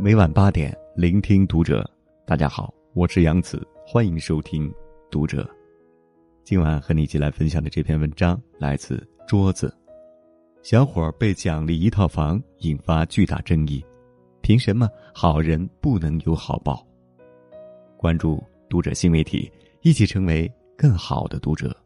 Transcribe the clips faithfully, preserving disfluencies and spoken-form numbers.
每晚八点，聆听读者。大家好，我是杨子，欢迎收听读者。今晚和你一起来分享的这篇文章来自桌子。小伙被奖励一套房，引发巨大争议。凭什么好人不能有好报？关注读者新媒体，一起成为更好的读者。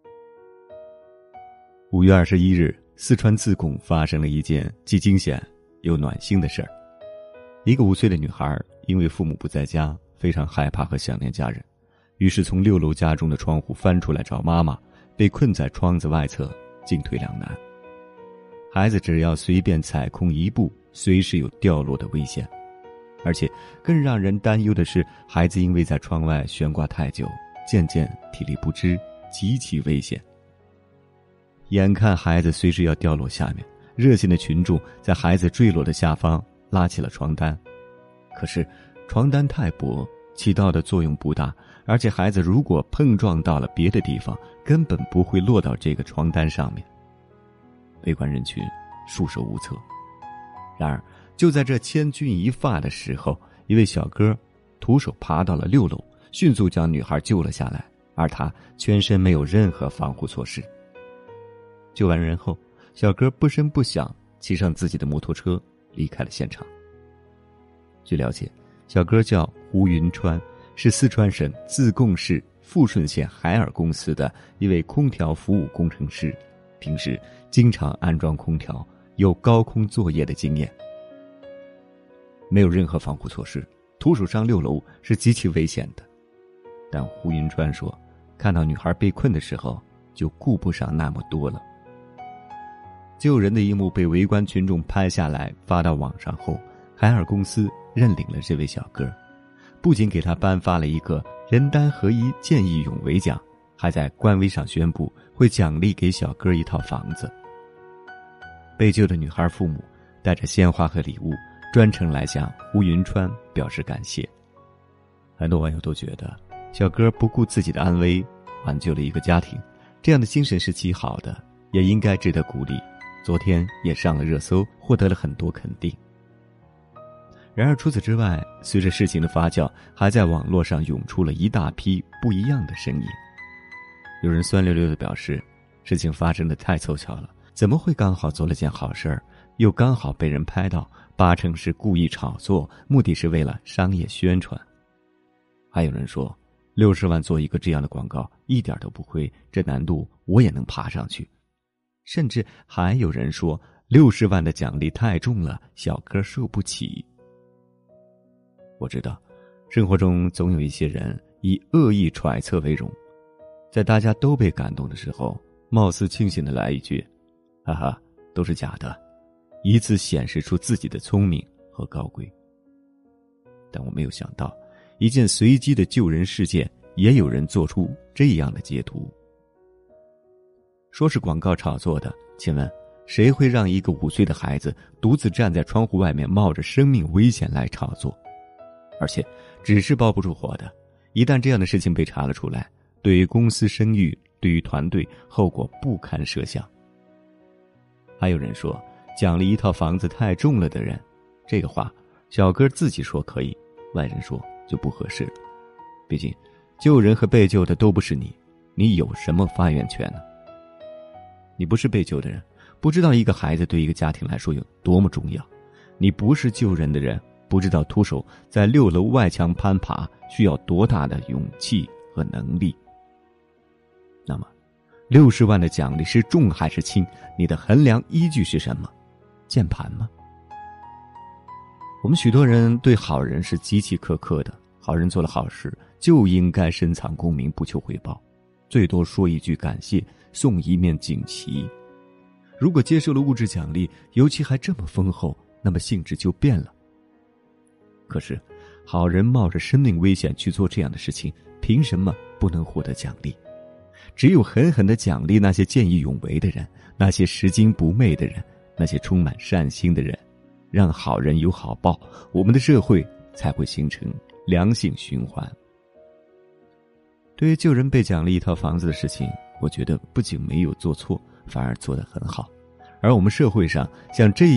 五月二十一日，四川自贡发生了一件既惊险又暖心的事儿。一个五岁的女孩因为父母不在家，非常害怕和想念家人，于是从六楼家中的窗户翻出来找妈妈，被困在窗子外侧，进退两难。孩子只要随便踩空一步，随时有掉落的危险。而且更让人担忧的是，孩子因为在窗外悬挂太久，渐渐体力不支，极其危险。眼看孩子随时要掉落下面，热心的群众在孩子坠落的下方拉起了床单。可是床单太薄，起到的作用不大，而且孩子如果碰撞到了别的地方，根本不会落到这个床单上面。围观人群束手无策。然而就在这千钧一发的时候，一位小哥徒手爬到了六楼，迅速将女孩救了下来，而他全身没有任何防护措施。救完人后，小哥不声不响骑上自己的摩托车离开了现场。据了解，小哥叫胡云川，是四川省自贡市富顺县海尔公司的一位空调服务工程师，平时经常安装空调，有高空作业的经验。没有任何防护措施，徒手上六楼是极其危险的。但胡云川说，看到女孩被困的时候，就顾不上那么多了。救人的一幕被围观群众拍下来发到网上后，海尔公司认领了这位小哥，不仅给他颁发了一个人单合一见义勇为奖，还在官微上宣布会奖励给小哥一套房子。被救的女孩父母带着鲜花和礼物，专程来向胡云川表示感谢。很多网友都觉得小哥不顾自己的安危，挽救了一个家庭，这样的精神是极好的，也应该值得鼓励。昨天也上了热搜，获得了很多肯定。然而除此之外，随着事情的发酵，还在网络上涌出了一大批不一样的声音。有人酸溜溜地表示，事情发生的太凑巧了，怎么会刚好做了件好事儿，又刚好被人拍到，八成是故意炒作，目的是为了商业宣传。还有人说，六十万做一个这样的广告一点都不亏，这难度我也能爬上去。甚至还有人说，六十万的奖励太重了，小哥受不起。我知道生活中总有一些人以恶意揣测为荣，在大家都被感动的时候，貌似清醒的来一句，哈哈，都是假的，以此显示出自己的聪明和高贵。但我没有想到，一件随机的救人事件也有人做出这样的解读。说是广告炒作的，请问谁会让一个五岁的孩子独自站在窗户外面，冒着生命危险来炒作？而且纸是包不住火的，一旦这样的事情被查了出来，对于公司声誉，对于团队，后果不堪设想。还有人说，奖励一套房子太重了的人，这个话小哥自己说可以，外人说就不合适了。毕竟救人和被救的都不是你，你有什么发言权呢？你不是被救的人，不知道一个孩子对一个家庭来说有多么重要。你不是救人的人，不知道徒手在六楼外墙攀爬需要多大的勇气和能力。那么六十万的奖励是重还是轻？你的衡量依据是什么？键盘吗？我们许多人对好人是极其苛刻的，好人做了好事就应该深藏功名，不求回报，最多说一句感谢，送一面锦旗。如果接受了物质奖励，尤其还这么丰厚，那么性质就变了。可是好人冒着生命危险去做这样的事情，凭什么不能获得奖励？只有狠狠地奖励那些见义勇为的人，那些拾金不昧的人，那些充满善心的人，让好人有好报，我们的社会才会形成良性循环。对于救人被奖励一套房子的事情，我觉得不仅没有做错，反而做得很好。而我们社会上像这样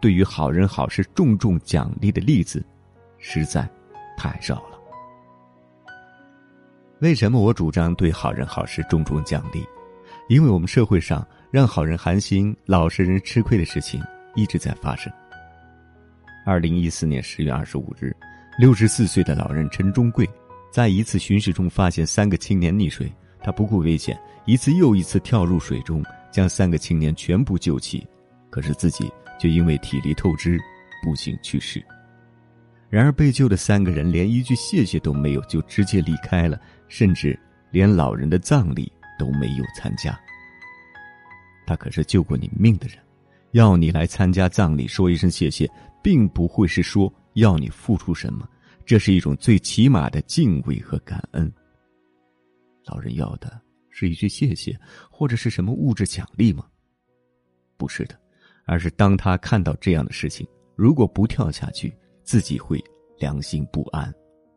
对于好人好事重重奖励的例子实在太少了。为什么我主张对好人好事重重奖励？因为我们社会上让好人寒心、老实人吃亏的事情一直在发生。二零一四年十月二十五日，六十四岁的老人陈忠贵在一次巡视中发现三个青年溺水，他不顾危险，一次又一次跳入水中，将三个青年全部救起，可是自己却因为体力透支不幸去世。然而被救的三个人连一句谢谢都没有，就直接离开了，甚至连老人的葬礼都没有参加。他可是救过你命的人，要你来参加葬礼说一声谢谢，并不会是说要你付出什么，这是一种最起码的敬畏和感恩。老人要的是一句谢谢，或者是什么物质奖励吗？不是的，而是当他看到这样的事情，如果不跳下去，自己会良心不安。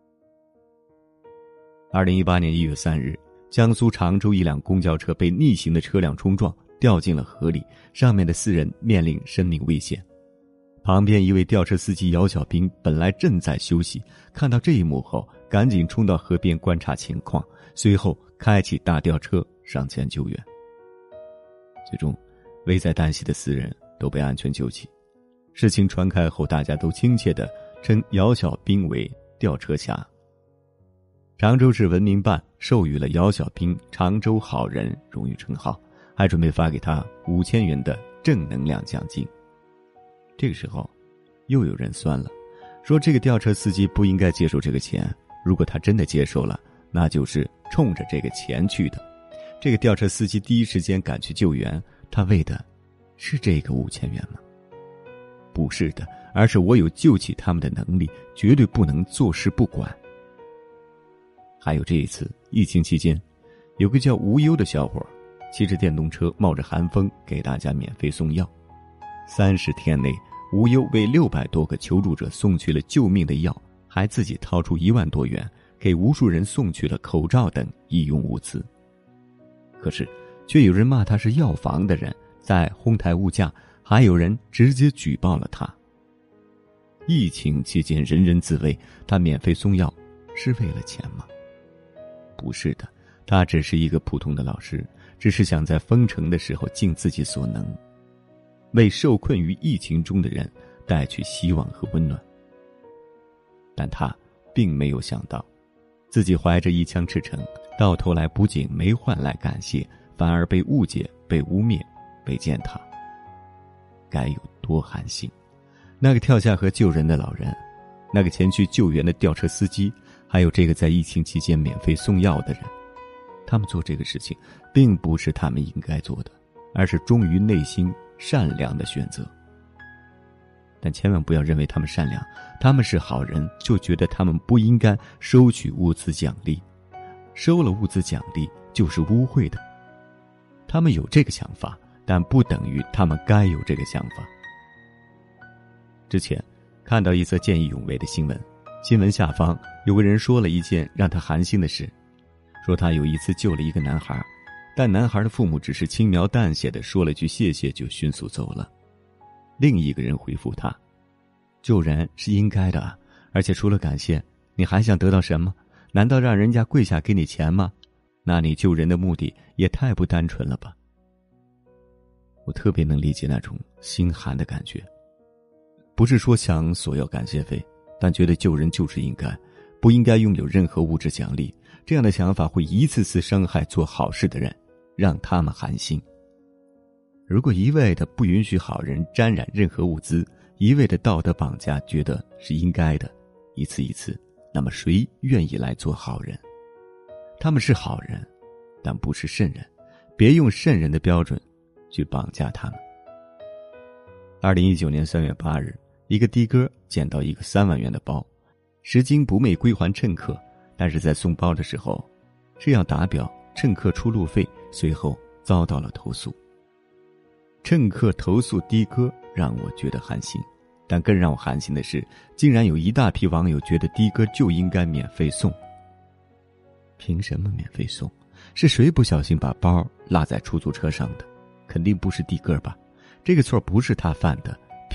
二零一八年一月三日，江苏常州一辆公交车被逆行的车辆冲撞，掉进了河里，上面的四人面临生命危险。旁边一位吊车司机姚小兵本来正在休息，看到这一幕后，赶紧冲到河边观察情况，随后开启大吊车上前救援。最终，危在旦夕的四人都被安全救起。事情传开后，大家都亲切地称姚小兵为吊车侠。常州市文明办授予了姚小兵常州好人荣誉称号，还准备发给他五千元的正能量奖金。这个时候又有人酸了，说这个吊车司机不应该接受这个钱，如果他真的接受了，那就是冲着这个钱去的。这个吊车司机第一时间赶去救援，他为的是这个五千元吗？不是的，而是我有救起他们的能力，绝对不能坐视不管。还有这一次疫情期间，有个叫无忧的小伙骑着电动车冒着寒风给大家免费送药。三十天内，无忧为六百多个求助者送去了救命的药，还自己掏出一万多元给无数人送去了口罩等医用物资。可是却有人骂他是药房的人，在哄抬物价，还有人直接举报了他。疫情期间人人自危，他免费送药是为了钱吗？不是的，他只是一个普通的老师，只是想在封城的时候尽自己所能，为受困于疫情中的人带去希望和温暖。但他并没有想到，自己怀着一腔赤诚，到头来不仅没换来感谢，反而被误解、被污蔑、被践踏，该有多寒心。那个跳下河救人的老人，那个前去救援的吊车司机，还有这个在疫情期间免费送药的人，他们做这个事情并不是他们应该做的，而是忠于内心善良的选择。但千万不要认为他们善良，他们是好人，就觉得他们不应该收取物资奖励，收了物资奖励就是污秽的。他们有这个想法，但不等于他们该有这个想法。之前看到一则见义勇为的新闻，新闻下方有个人说了一件让他寒心的事，说他有一次救了一个男孩，但男孩的父母只是轻描淡写的说了句谢谢就迅速走了。另一个人回复他，救人是应该的，而且除了感谢，你还想得到什么？难道让人家跪下给你钱吗？那你救人的目的也太不单纯了吧。我特别能理解那种心寒的感觉，不是说想索要感谢费，但觉得救人就是应该，不应该拥有任何物质奖励，这样的想法会一次次伤害做好事的人，让他们寒心。如果一味的不允许好人沾染任何物资，一味的道德绑架，觉得是应该的，一次一次，那么谁愿意来做好人？他们是好人，但不是圣人，别用圣人的标准去绑架他们。二零一九年三月八日，一个的哥捡到一个三万元的包，拾金不昧归还乘客，但是在送包的时候，这样打表乘客出路费，随后遭到了投诉。乘客投诉的哥让我觉得寒心，但更让我寒心的是，竟然有一大批网友觉得的哥就应该免费送。凭什么免费送？是谁不小心把包落在出租车上的？肯定不是的哥吧？这个错不是他犯的，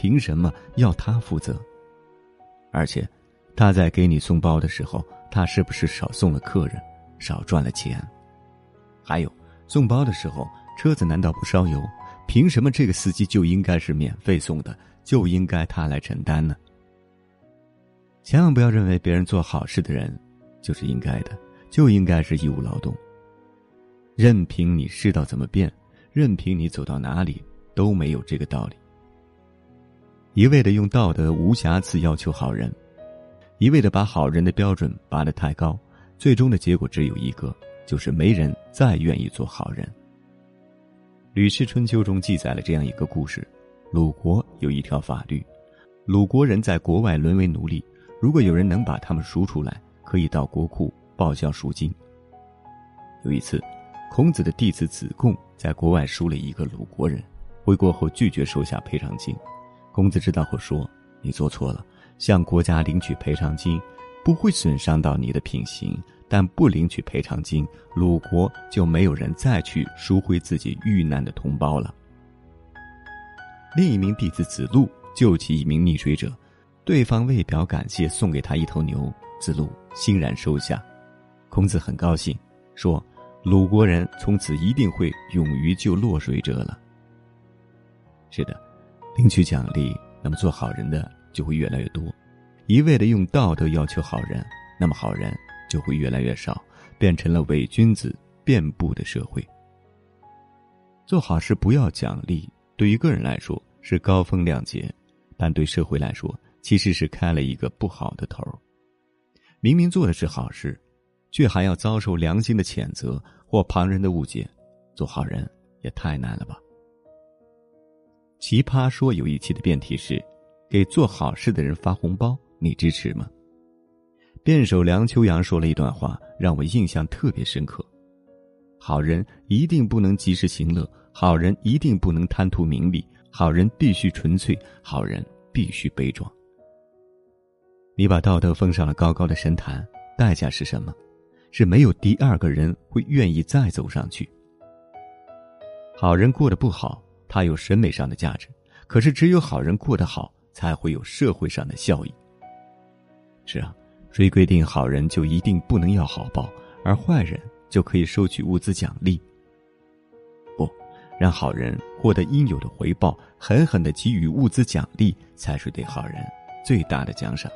凭什么要他负责？而且他在给你送包的时候，他是不是少送了客人，少赚了钱？还有送包的时候，车子难道不烧油？凭什么这个司机就应该是免费送的，就应该他来承担呢？千万不要认为别人做好事的人就是应该的，就应该是义务劳动。任凭你世道怎么变，任凭你走到哪里，都没有这个道理。一味的用道德无瑕疵要求好人，一味的把好人的标准拔得太高，最终的结果只有一个，就是没人再愿意做好人。吕氏春秋中记载了这样一个故事，鲁国有一条法律，鲁国人在国外沦为奴隶，如果有人能把他们赎出来，可以到国库报销赎金。有一次，孔子的弟子子贡在国外赎了一个鲁国人，回国后拒绝收下赔偿金。孔子知道后说，你做错了，向国家领取赔偿金不会损伤到你的品行，但不领取赔偿金，鲁国就没有人再去赎回自己遇难的同胞了。另一名弟子子路救起一名溺水者，对方为表感谢送给他一头牛，子路欣然收下。孔子很高兴，说鲁国人从此一定会勇于救落水者了。是的，领取奖励，那么做好人的就会越来越多。一味的用道德要求好人，那么好人就会越来越少，变成了伪君子遍布的社会。做好事不要奖励，对于个人来说是高风亮节，但对社会来说其实是开了一个不好的头。明明做的是好事，却还要遭受良心的谴责或旁人的误解，做好人也太难了吧。奇葩说有一期的辩题是，给做好事的人发红包，你支持吗？辩手梁秋阳说了一段话，让我印象特别深刻。好人一定不能及时行乐，好人一定不能贪图名利，好人必须纯粹，好人必须悲壮。你把道德封上了高高的神坛，代价是什么？是没有第二个人会愿意再走上去。好人过得不好，他有审美上的价值，可是只有好人过得好，才会有社会上的效益。是啊，谁规定好人就一定不能要好报，而坏人就可以收取物资奖励？不，让好人获得应有的回报，狠狠地给予物资奖励，才是对好人最大的奖赏。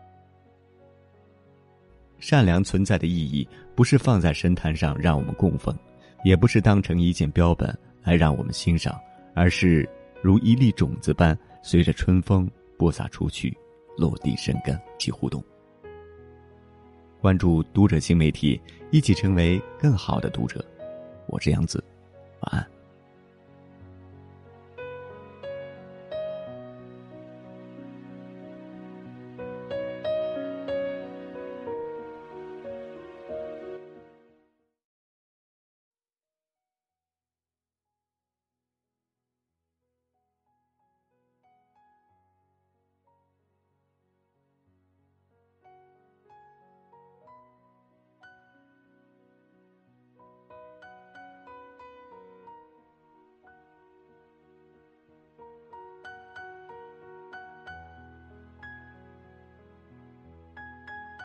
善良存在的意义，不是放在神坛上让我们供奉，也不是当成一件标本来让我们欣赏，而是如一粒种子般随着春风播撒出去，落地生根，起互动。关注读者新媒体，一起成为更好的读者。我是杨子，晚安。